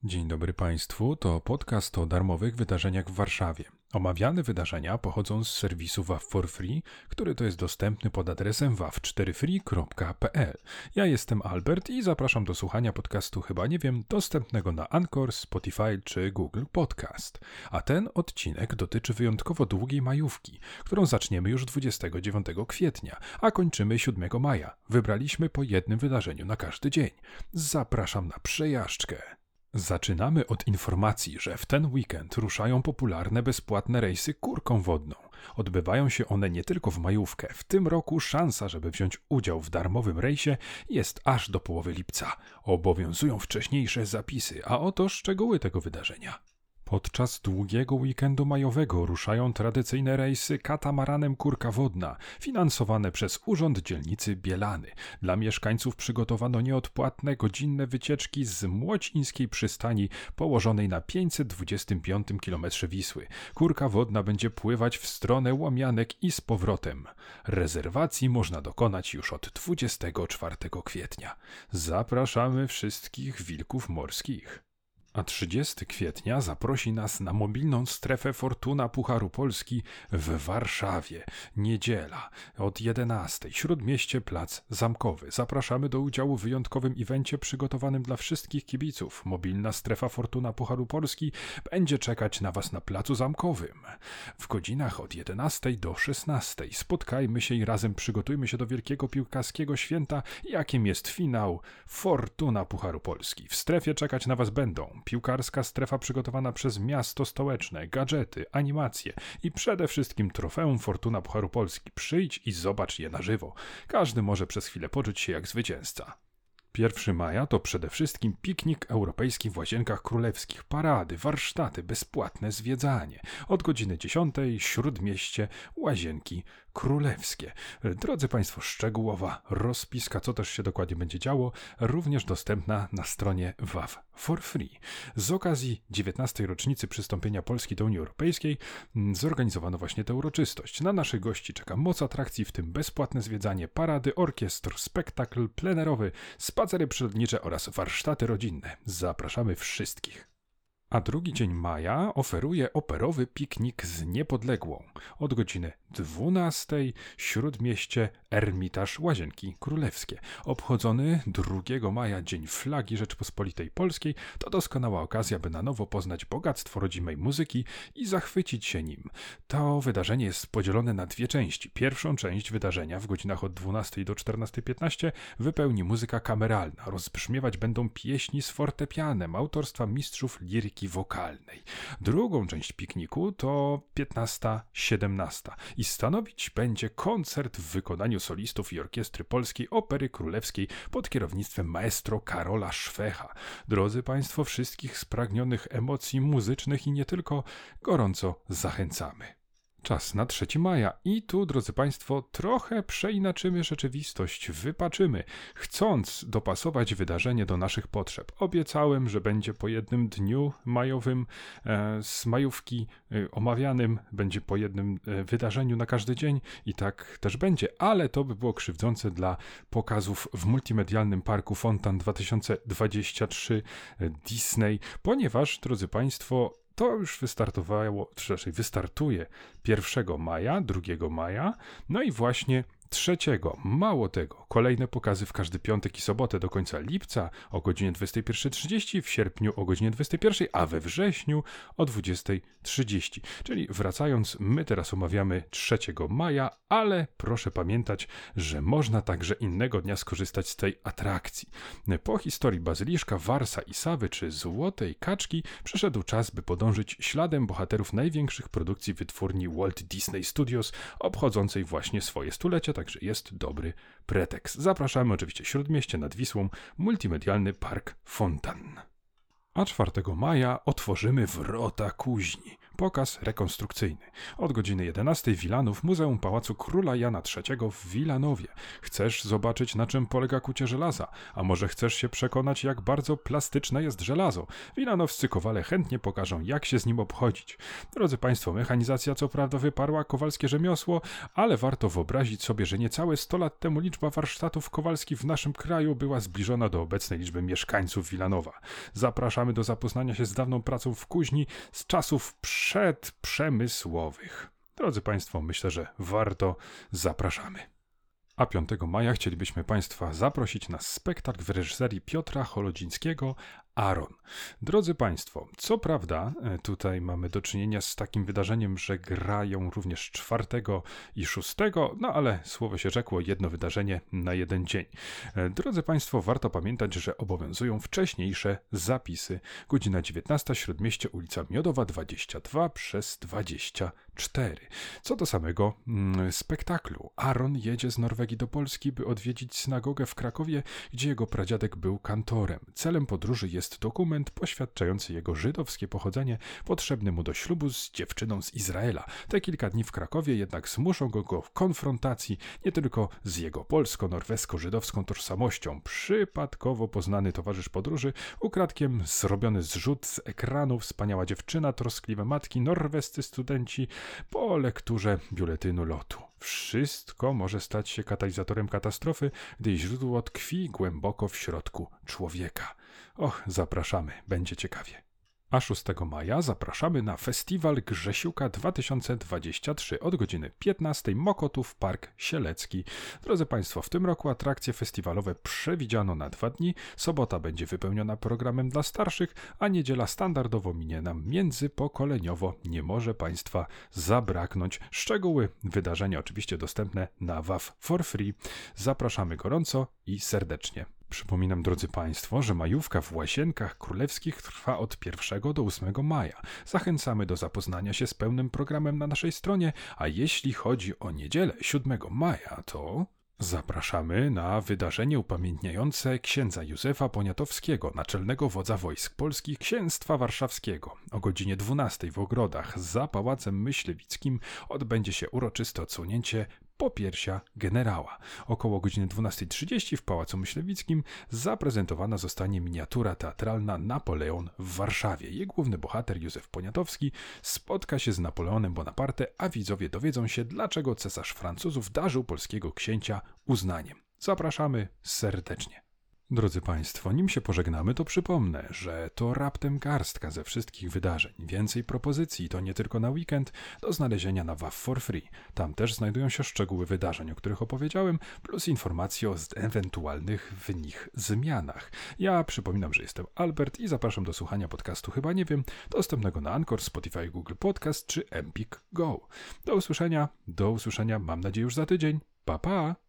Dzień dobry Państwu, to podcast o darmowych wydarzeniach w Warszawie. Omawiane wydarzenia pochodzą z serwisu WAV for Free, który to jest dostępny pod adresem wav4free.pl. Ja jestem Albert i zapraszam do słuchania podcastu dostępnego na Anchor, Spotify czy Google Podcast. A ten odcinek dotyczy wyjątkowo długiej majówki, którą zaczniemy już 29 kwietnia, a kończymy 7 maja. Wybraliśmy po jednym wydarzeniu na każdy dzień. Zapraszam na przejażdżkę. Zaczynamy od informacji, że w ten weekend ruszają popularne bezpłatne rejsy kurką wodną. Odbywają się one nie tylko w majówkę. W tym roku szansa, żeby wziąć udział w darmowym rejsie jest aż do połowy lipca. Obowiązują wcześniejsze zapisy, a oto szczegóły tego wydarzenia. Podczas długiego weekendu majowego ruszają tradycyjne rejsy katamaranem Kurka Wodna, finansowane przez Urząd Dzielnicy Bielany. Dla mieszkańców przygotowano nieodpłatne godzinne wycieczki z Młocińskiej przystani położonej na 525 km Wisły. Kurka Wodna będzie pływać w stronę Łomianek i z powrotem. Rezerwacji można dokonać już od 24 kwietnia. Zapraszamy wszystkich wilków morskich. A 30 kwietnia zaprosi nas na mobilną strefę Fortuna Pucharu Polski w Warszawie. Niedziela od 11:00. Śródmieście Plac Zamkowy. Zapraszamy do udziału w wyjątkowym evencie przygotowanym dla wszystkich kibiców. Mobilna strefa Fortuna Pucharu Polski będzie czekać na Was na Placu Zamkowym. W godzinach od 11:00 do 16:00 spotkajmy się i razem przygotujmy się do wielkiego piłkarskiego święta, jakim jest finał Fortuna Pucharu Polski. W strefie czekać na Was będą piłkarska strefa przygotowana przez miasto stołeczne, gadżety, animacje i przede wszystkim trofeum Fortuna Pucharu Polski. Przyjdź i zobacz je na żywo. Każdy może przez chwilę poczuć się jak zwycięzca. 1 maja to przede wszystkim piknik europejski w Łazienkach Królewskich, parady, warsztaty, bezpłatne zwiedzanie. Od godziny 10:00 Śródmieście Łazienki Królewskie. Drodzy Państwo, szczegółowa rozpiska, co też się dokładnie będzie działo, również dostępna na stronie WAV for Free. Z okazji 19. rocznicy przystąpienia Polski do Unii Europejskiej zorganizowano właśnie tę uroczystość. Na naszych gości czeka moc atrakcji, w tym bezpłatne zwiedzanie, parady, orkiestr, spektakl plenerowy, spacery przyrodnicze oraz warsztaty rodzinne. Zapraszamy wszystkich. A drugi dzień maja oferuje operowy piknik z Niepodległą. Od godziny 12:00 Śródmieście Ermitaż Łazienki Królewskie. Obchodzony 2 maja Dzień Flagi Rzeczypospolitej Polskiej to doskonała okazja, by na nowo poznać bogactwo rodzimej muzyki i zachwycić się nim. To wydarzenie jest podzielone na dwie części. Pierwszą część wydarzenia w godzinach od 12:00 do 14:15 wypełni muzyka kameralna. Rozbrzmiewać będą pieśni z fortepianem autorstwa mistrzów liryki wokalnej. Drugą część pikniku to 15:17 i stanowić będzie koncert w wykonaniu solistów i orkiestry Polskiej Opery Królewskiej pod kierownictwem maestro Karola Szwecha. Drodzy Państwo, wszystkich spragnionych emocji muzycznych i nie tylko gorąco zachęcamy. Czas na 3 maja i tu, drodzy Państwo, trochę przeinaczymy rzeczywistość, wypaczymy, chcąc dopasować wydarzenie do naszych potrzeb. Obiecałem, że będzie po jednym dniu majowym z majówki omawianym, będzie po jednym wydarzeniu na każdy dzień i tak też będzie, ale to by było krzywdzące dla pokazów w multimedialnym parku Fontan 2023 Disney, ponieważ, drodzy Państwo, to już wystartuje 1 maja, 2 maja, no i właśnie 3. Mało tego, kolejne pokazy w każdy piątek i sobotę do końca lipca o godzinie 21:30, w sierpniu o godzinie 21:00, a we wrześniu o 20:30. Czyli wracając, my teraz omawiamy 3 maja, ale proszę pamiętać, że można także innego dnia skorzystać z tej atrakcji. Po historii Bazyliszka, Warsa i Sawy czy Złotej Kaczki przyszedł czas, by podążyć śladem bohaterów największych produkcji wytwórni Walt Disney Studios, obchodzącej właśnie swoje stulecie, także jest dobry pretekst. Zapraszamy oczywiście Śródmieście nad Wisłą, multimedialny park Fontan. A 4 maja otworzymy Wrota Kuźni. Pokaz rekonstrukcyjny. Od godziny 11 Wilanów, Muzeum Pałacu Króla Jana III w Wilanowie. Chcesz zobaczyć, na czym polega kucie żelaza? A może chcesz się przekonać, jak bardzo plastyczne jest żelazo? Wilanowscy kowale chętnie pokażą, jak się z nim obchodzić. Drodzy Państwo, mechanizacja co prawda wyparła kowalskie rzemiosło, ale warto wyobrazić sobie, że niecałe 100 lat temu liczba warsztatów kowalskich w naszym kraju była zbliżona do obecnej liczby mieszkańców Wilanowa. Zapraszamy do zapoznania się z dawną pracą w kuźni z czasów przedprzemysłowych. Drodzy Państwo, myślę, że warto. Zapraszamy. A 5 maja chcielibyśmy Państwa zaprosić na spektakl w reżyserii Piotra Cholodzińskiego Aaron. Drodzy Państwo, co prawda tutaj mamy do czynienia z takim wydarzeniem, że grają również 4 i 6, no ale słowo się rzekło, jedno wydarzenie na jeden dzień. Drodzy Państwo, warto pamiętać, że obowiązują wcześniejsze zapisy. Godzina 19, Śródmieście, ulica Miodowa 22/24. Co do samego spektaklu. Aaron jedzie z Norwegii do Polski, by odwiedzić synagogę w Krakowie, gdzie jego pradziadek był kantorem. Celem podróży jest dokument poświadczający jego żydowskie pochodzenie, potrzebny mu do ślubu z dziewczyną z Izraela. Te kilka dni w Krakowie jednak zmuszą go w konfrontacji nie tylko z jego polsko-norwesko-żydowską tożsamością. Przypadkowo poznany towarzysz podróży, ukradkiem zrobiony zrzut z ekranu, wspaniała dziewczyna, troskliwe matki, norwescy studenci po lekturze biuletynu lotu. Wszystko może stać się katalizatorem katastrofy, gdy źródło tkwi głęboko w środku człowieka. Och, zapraszamy, będzie ciekawie. A 6 maja zapraszamy na Festiwal Grzesiuka 2023 od godziny 15 Mokotów Park Sielecki. Drodzy Państwo, w tym roku atrakcje festiwalowe przewidziano na 2 dni. Sobota będzie wypełniona programem dla starszych, a niedziela standardowo minie nam międzypokoleniowo. Nie może Państwa zabraknąć. Szczegóły wydarzenia oczywiście dostępne na WAF for free. Zapraszamy gorąco i serdecznie. Przypominam, drodzy Państwo, że majówka w Łazienkach Królewskich trwa od 1 do 8 maja. Zachęcamy do zapoznania się z pełnym programem na naszej stronie, a jeśli chodzi o niedzielę 7 maja, to zapraszamy na wydarzenie upamiętniające księdza Józefa Poniatowskiego, naczelnego wodza wojsk polskich Księstwa Warszawskiego. O godzinie 12 w ogrodach za Pałacem Myślewickim odbędzie się uroczyste odsłonięcie popiersia generała. Około godziny 12:30 w Pałacu Myślewickim zaprezentowana zostanie miniatura teatralna Napoleon w Warszawie. Jej główny bohater Józef Poniatowski spotka się z Napoleonem Bonaparte, a widzowie dowiedzą się, dlaczego cesarz Francuzów darzył polskiego księcia uznaniem. Zapraszamy serdecznie. Drodzy Państwo, nim się pożegnamy, to przypomnę, że to raptem garstka ze wszystkich wydarzeń. Więcej propozycji, to nie tylko na weekend, do znalezienia na WAF for free. Tam też znajdują się szczegóły wydarzeń, o których opowiedziałem, plus informacje o ewentualnych w nich zmianach. Ja przypominam, że jestem Albert i zapraszam do słuchania podcastu Chyba Nie Wiem, dostępnego na Anchor, Spotify, Google Podcast czy Empik Go. Do usłyszenia, mam nadzieję już za tydzień. Pa, pa!